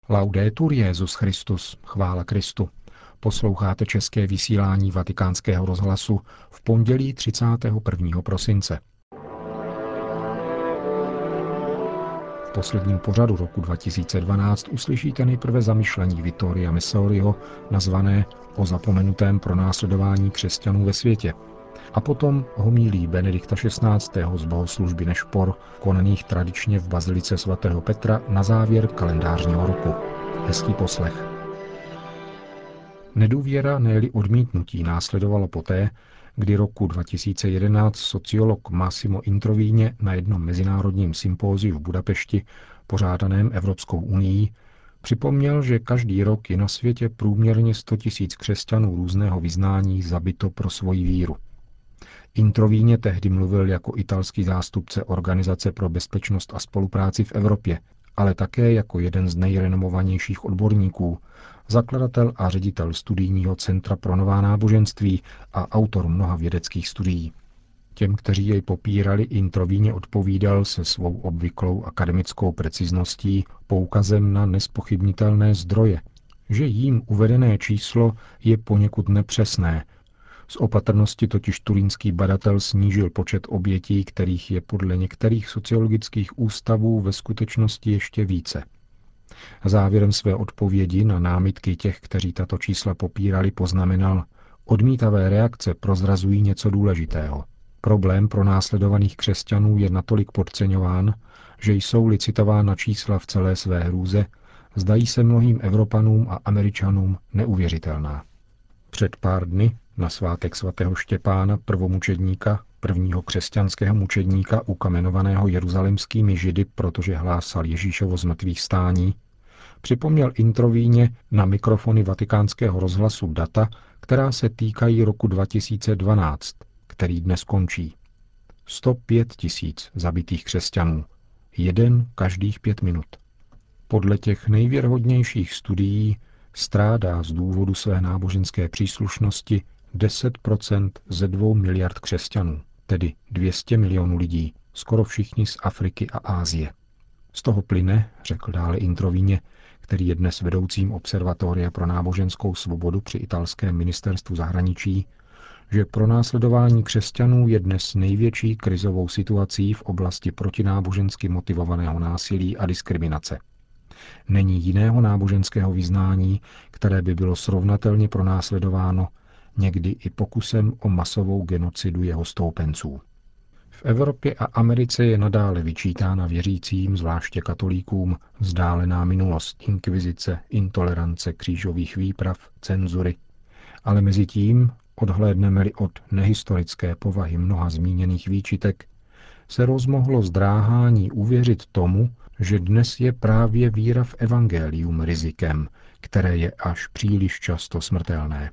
Laudetur Jesus Christus, chvála Kristu. Posloucháte české vysílání Vatikánského rozhlasu v pondělí 31. prosince. V posledním pořadu roku 2012 uslyšíte nejprve zamyšlení Vittoria Messoriho nazvané O zapomenutém pronásledování křesťanů ve světě. A potom homílí Benedikta XVI. Z bohoslužby Nešpor, konaných tradičně v bazilice sv. Petra na závěr kalendářního roku. Hezký poslech. Nedůvěra, ne-li odmítnutí, následovalo poté, kdy roku 2011 sociolog Massimo Introvigne na jednom mezinárodním sympóziu v Budapešti, pořádaném Evropskou unií, připomněl, že každý rok je na světě průměrně 100 000 křesťanů různého vyznání zabito pro svoji víru. Introvigne tehdy mluvil jako italský zástupce Organizace pro bezpečnost a spolupráci v Evropě, ale také jako jeden z nejrenomovanějších odborníků, zakladatel a ředitel studijního centra pro nová náboženství a autor mnoha vědeckých studií. Těm, kteří jej popírali, Introvigne odpovídal se svou obvyklou akademickou precizností poukazem na nespochybnitelné zdroje, že jím uvedené číslo je poněkud nepřesné. Z opatrnosti totiž turínský badatel snížil počet obětí, kterých je podle některých sociologických ústavů ve skutečnosti ještě více. Závěrem své odpovědi na námitky těch, kteří tato čísla popírali, poznamenal: odmítavé reakce prozrazují něco důležitého. Problém pronásledovaných křesťanů je natolik podceňován, že jsou-li citována čísla v celé své hrůze, zdají se mnohým Evropanům a Američanům neuvěřitelná. Před pár dny, na svátek svatého Štěpána, prvomučedníka, prvního křesťanského mučedníka ukamenovaného jeruzalemskými Židy, protože hlásal Ježíšovo zmrtvýchvstání, připomněl Introvigne na mikrofony Vatikánského rozhlasu data, která se týkají roku 2012, který dnes končí. 105 000 zabitých křesťanů, jeden každých 5 minut. Podle těch nejvěrohodnějších studií strádá z důvodu své náboženské příslušnosti 10% ze 2 miliard křesťanů, tedy 200 milionů lidí, skoro všichni z Afriky a Asie. Z toho plyne, řekl dále Introvigne, který je dnes vedoucím Observatoria pro náboženskou svobodu při italském ministerstvu zahraničí, že pronásledování křesťanů je dnes největší krizovou situací v oblasti protinábožensky motivovaného násilí a diskriminace. Není jiného náboženského vyznání, které by bylo srovnatelně pronásledováno, někdy i pokusem o masovou genocidu jeho stoupenců. V Evropě a Americe je nadále vyčítána věřícím, zvláště katolíkům, vzdálená minulost inkvizice, intolerance, křížových výprav, cenzury. Ale mezi tím, odhlédneme-li od nehistorické povahy mnoha zmíněných výčitek, se rozmohlo zdráhání uvěřit tomu, že dnes je právě víra v evangelium rizikem, které je až příliš často smrtelné.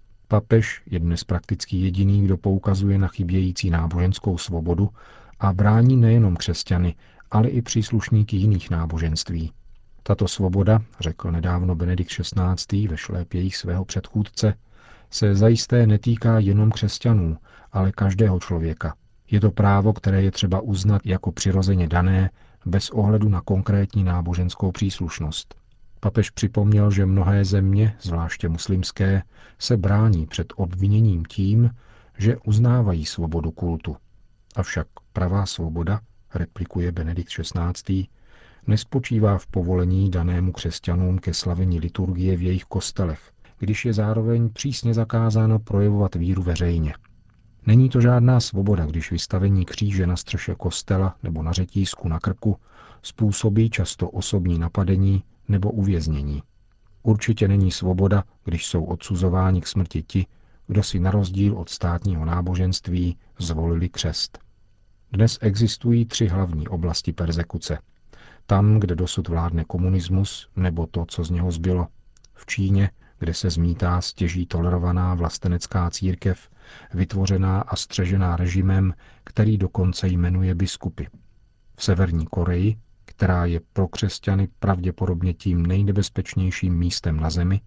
Papež je dnes prakticky jediný, kdo poukazuje na chybějící náboženskou svobodu a brání nejenom křesťany, ale i příslušníky jiných náboženství. Tato svoboda, řekl nedávno Benedikt XVI. Ve šlépějích svého předchůdce, se zajisté netýká jenom křesťanů, ale každého člověka. Je to právo, které je třeba uznat jako přirozeně dané, bez ohledu na konkrétní náboženskou příslušnost. Papež připomněl, že mnohé země, zvláště muslimské, se brání před obviněním tím, že uznávají svobodu kultu. Avšak pravá svoboda, replikuje Benedikt XVI., nespočívá v povolení danému křesťanům ke slavení liturgie v jejich kostelech, když je zároveň přísně zakázáno projevovat víru veřejně. Není to žádná svoboda, když vystavení kříže na střeše kostela nebo na řetízku na krku způsobí často osobní napadení nebo uvěznění. Určitě není svoboda, když jsou odsuzováni k smrti ti, kdo si na rozdíl od státního náboženství zvolili křest. Dnes existují 3 hlavní oblasti perzekuce. Tam, kde dosud vládne komunismus, nebo to, co z něho zbylo. V Číně, kde se zmítá stěží tolerovaná vlastenecká církev, vytvořená a střežená režimem, který dokonce jmenuje biskupy. V Severní Koreji, která je pro křesťany pravděpodobně tím nejnebezpečnějším místem na zemi,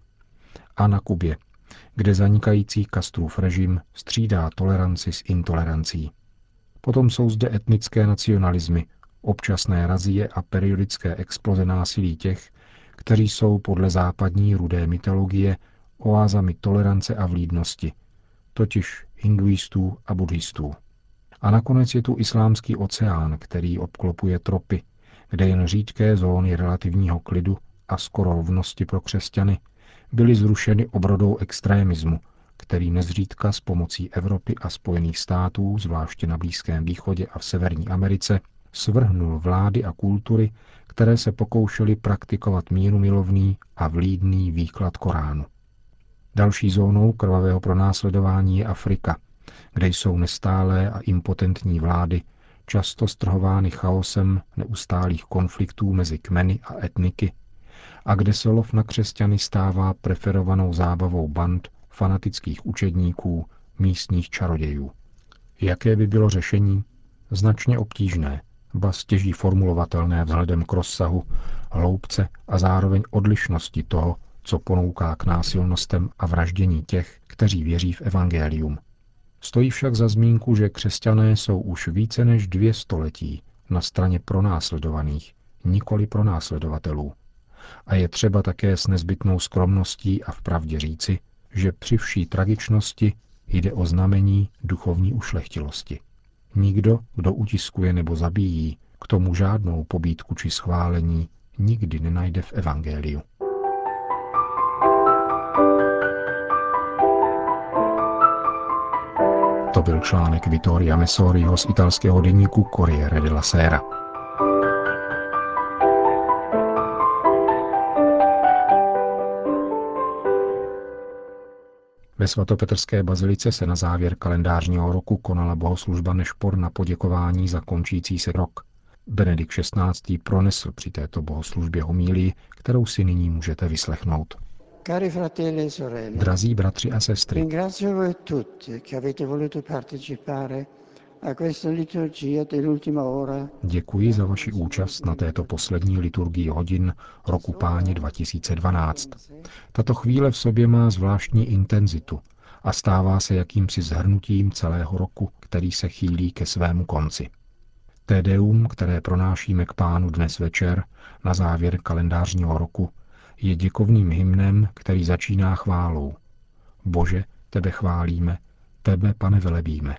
a na Kubě, kde zanikající Castrův režim střídá toleranci s intolerancí. Potom jsou zde etnické nacionalismy, občasné razie a periodické exploze násilí těch, kteří jsou podle západní rudé mytologie oázami tolerance a vlídnosti, totiž hinduistů a buddhistů. A nakonec je tu Islámský oceán, který obklopuje tropy, kde jen řídké zóny relativního klidu a skoro rovnosti pro křesťany byly zrušeny obrodou extrémismu, který nezřídka s pomocí Evropy a Spojených států, zvláště na Blízkém východě a v Severní Americe, svrhnul vlády a kultury, které se pokoušely praktikovat mírumilovný a vlídný výklad Koránu. Další zónou krvavého pronásledování je Afrika, kde jsou nestálé a impotentní vlády, často strhovány chaosem neustálých konfliktů mezi kmeny a etniky, a kde se lov na křesťany stává preferovanou zábavou band fanatických učedníků, místních čarodějů. Jaké by bylo řešení? Značně obtížné, ba stěží formulovatelné vzhledem k rozsahu, hloubce a zároveň odlišnosti toho, co ponouká k násilnostem a vraždění těch, kteří věří v evangelium. Stojí však za zmínku, že křesťané jsou už více než 2 století na straně pronásledovaných, nikoli pronásledovatelů. A je třeba také s nezbytnou skromností a vpravdě říci, že při vší tragičnosti jde o znamení duchovní ušlechtilosti. Nikdo, kdo utiskuje nebo zabíjí, k tomu žádnou pobídku či schválení nikdy nenajde v evangeliu. To byl článek Vittoria Messoriho z italského deníku Corriere della Sera. Ve svatopetrské bazilice se na závěr kalendářního roku konala bohoslužba Nešpor na poděkování za končící se rok. Benedikt XVI. Pronesl při této bohoslužbě homílii, kterou si nyní můžete vyslechnout. Cari fratelli e sorelle, Drazí bratři a sestry, ringrazio voi tutti che avete voluto partecipare a questa liturgia dell'ultima hora. Děkuji za vaši účast na této poslední liturgii hodin roku Páně 2012. Tato chvíle v sobě má zvláštní intenzitu a stává se jakýmsi shrnutím celého roku, který se chýlí ke svému konci. Te Deum, které pronášíme k Pánu dnes večer, na závěr kalendářního roku, je děkovným hymnem, který začíná chválou. Bože, tebe chválíme, tebe, Pane, velebíme.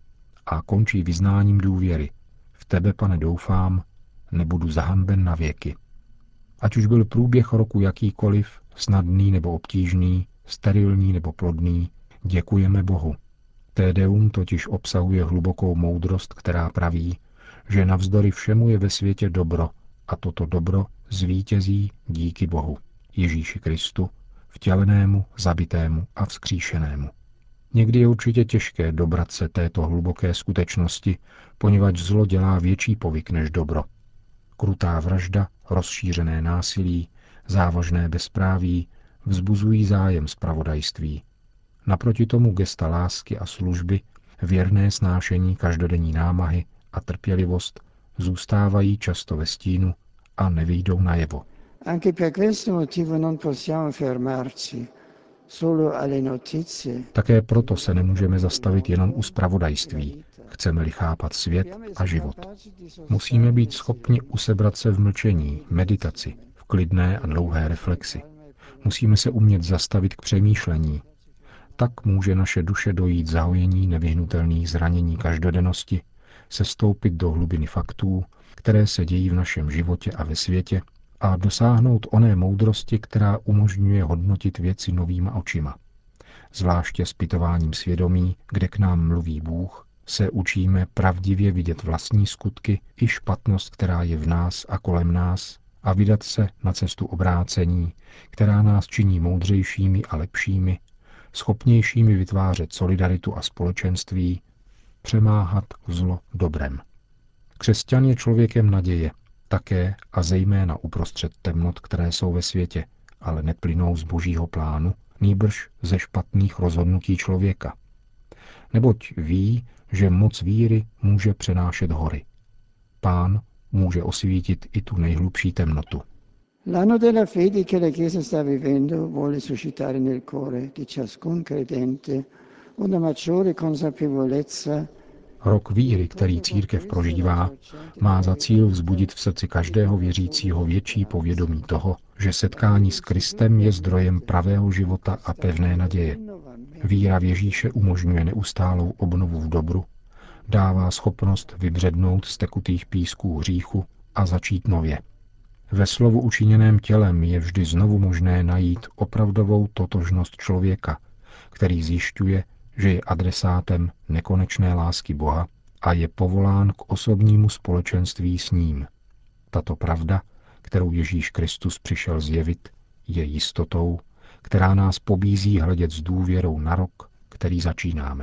A končí vyznáním důvěry. V tebe, Pane, doufám, nebudu zahanben na věky. Ať už byl průběh roku jakýkoliv, snadný nebo obtížný, sterilní nebo plodný, děkujeme Bohu. Te Deum totiž obsahuje hlubokou moudrost, která praví, že navzdory všemu je ve světě dobro a toto dobro zvítězí díky Bohu, Ježíši Kristu, vtělenému, zabitému a vzkříšenému. Někdy je určitě těžké dobrat se této hluboké skutečnosti, poněvadž zlo dělá větší povyk než dobro. Krutá vražda, rozšířené násilí, závažné bezpráví vzbuzují zájem zpravodajství. Naproti tomu gesta lásky a služby, věrné snášení každodenní námahy a trpělivost zůstávají často ve stínu a nevyjdou najevo. Anche per questo motivo non possiamo fermarci solo alle notizie. Také proto se nemůžeme zastavit jenom u zpravodajství, chceme-li chápat svět a život. Musíme být schopni usebrat se v mlčení, meditaci, v klidné a dlouhé reflexi. Musíme se umět zastavit k přemýšlení. Tak může naše duše dojít zahojení nevyhnutelných zranění každodennosti, sestoupit do hlubiny faktů, které se dějí v našem životě a ve světě, a dosáhnout oné moudrosti, která umožňuje hodnotit věci novýma očima. Zvláště zpytováním svědomí, kde k nám mluví Bůh, se učíme pravdivě vidět vlastní skutky i špatnost, která je v nás a kolem nás, a vydat se na cestu obrácení, která nás činí moudřejšími a lepšími, schopnějšími vytvářet solidaritu a společenství, přemáhat zlo dobrem. Křesťan je člověkem naděje, také a zejména uprostřed temnot, které jsou ve světě, ale neplynou z božího plánu, nýbrž ze špatných rozhodnutí člověka. Neboť ví, že moc víry může přenášet hory. Pán může osvítit i tu nejhlubší temnotu. L'anno della fede che la Chiesa sta vivendo vuole suscitare nel cuore di ciascun credente una maggiore consapevolezza Rok víry, který církev prožívá, má za cíl vzbudit v srdci každého věřícího větší povědomí toho, že setkání s Kristem je zdrojem pravého života a pevné naděje. Víra v Ježíše umožňuje neustálou obnovu v dobru, dává schopnost vybřednout z tekutých písků hříchu a začít nově. Ve slovu učiněném tělem je vždy znovu možné najít opravdovou totožnost člověka, který zjišťuje, že je adresátem nekonečné lásky Boha a je povolán k osobnímu společenství s ním. Tato pravda, kterou Ježíš Kristus přišel zjevit, je jistotou, která nás pobízí hledět s důvěrou na rok, který začínáme.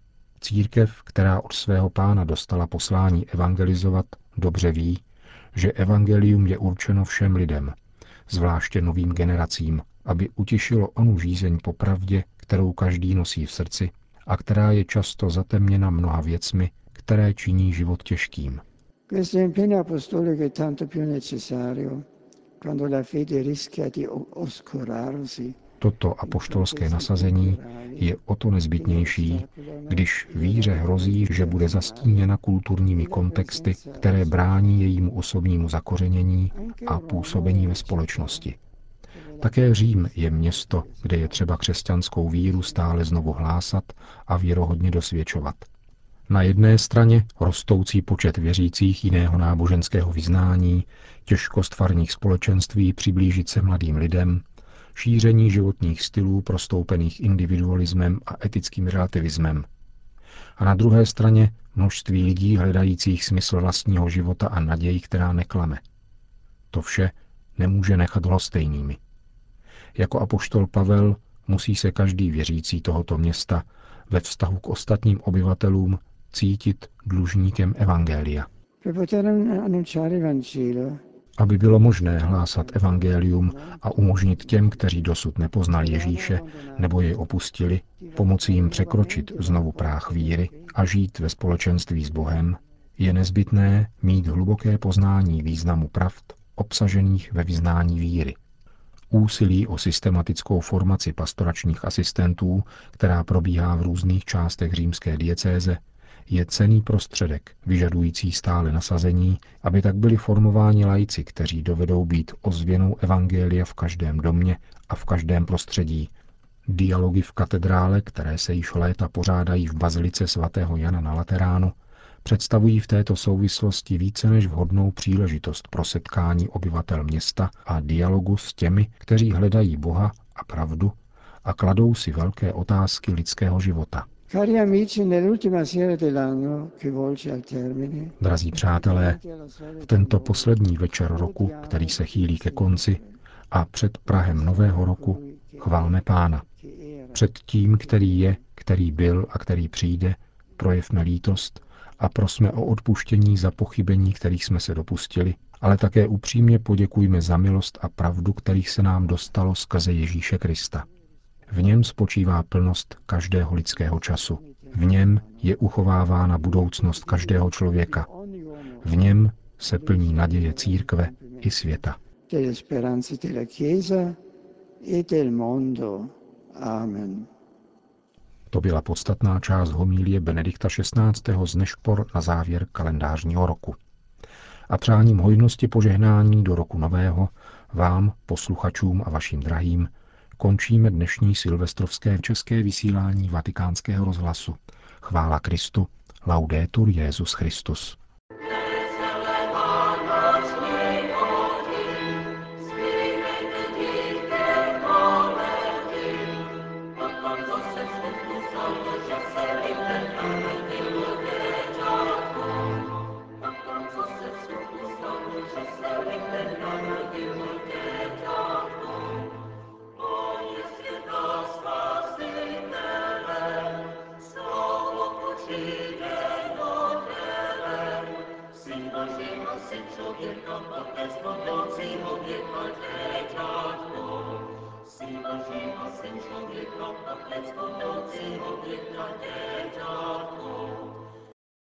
Církev, která od svého Pána dostala poslání evangelizovat, dobře ví, že evangelium je určeno všem lidem, zvláště novým generacím, aby utišilo onu žízeň po pravdě, kterou každý nosí v srdci a která je často zatemněna mnoha věcmi, které činí život těžkým. Questo impegno apostolico è tanto più necessario quando la fede rischia di oscurarsi. Toto apoštolské nasazení je o to nezbytnější, když víře hrozí, že bude zastíněna kulturními kontexty, které brání jejímu osobnímu zakořenění a působení ve společnosti. Také Řím je město, kde je třeba křesťanskou víru stále znovu hlásat a věrohodně dosvědčovat. Na jedné straně rostoucí počet věřících jiného náboženského vyznání, těžkost farních společenství přiblížit se mladým lidem, šíření životních stylů prostoupených individualismem a etickým relativismem. A na druhé straně množství lidí hledajících smysl vlastního života a naději, která neklame. To vše nemůže nechat lhostejnými. Jako apoštol Pavel musí se každý věřící tohoto města ve vztahu k ostatním obyvatelům cítit dlužníkem evangelia. Aby bylo možné hlásat evangelium a umožnit těm, kteří dosud nepoznali Ježíše nebo jej opustili, pomoci jim překročit znovu práh víry a žít ve společenství s Bohem, je nezbytné mít hluboké poznání významu pravd obsažených ve vyznání víry. Úsilí o systematickou formaci pastoračních asistentů, která probíhá v různých částech římské diecéze, je cenný prostředek, vyžadující stále nasazení, aby tak byli formováni laici, kteří dovedou být ozvěnou evangelia v každém domě a v každém prostředí. Dialogy v katedrále, které se již léta pořádají v bazilice svatého Jana na Lateránu, představují v této souvislosti více než vhodnou příležitost pro setkání obyvatel města a dialogu s těmi, kteří hledají Boha a pravdu a kladou si velké otázky lidského života. Drazí přátelé, v tento poslední večer roku, který se chýlí ke konci, a před prahem nového roku chvalme Pána. Před tím, který je, který byl a který přijde, projevme lítost a prosme o odpuštění za pochybení, kterých jsme se dopustili, ale také upřímně poděkujme za milost a pravdu, kterých se nám dostalo skrze Ježíše Krista. V něm spočívá plnost každého lidského času. V něm je uchovávána budoucnost každého člověka. V něm se plní naděje církve i světa. Amen. To byla podstatná část homilie Benedikta XVI. Z Nešpor na závěr kalendářního roku. A přáním hojnosti požehnání do roku nového vám, posluchačům a vašim drahým, končíme dnešní silvestrovské české vysílání Vatikánského rozhlasu. Chvála Kristu, laudetur Jesus Christus. Syn člověka, otec pomocí oběta děťatko.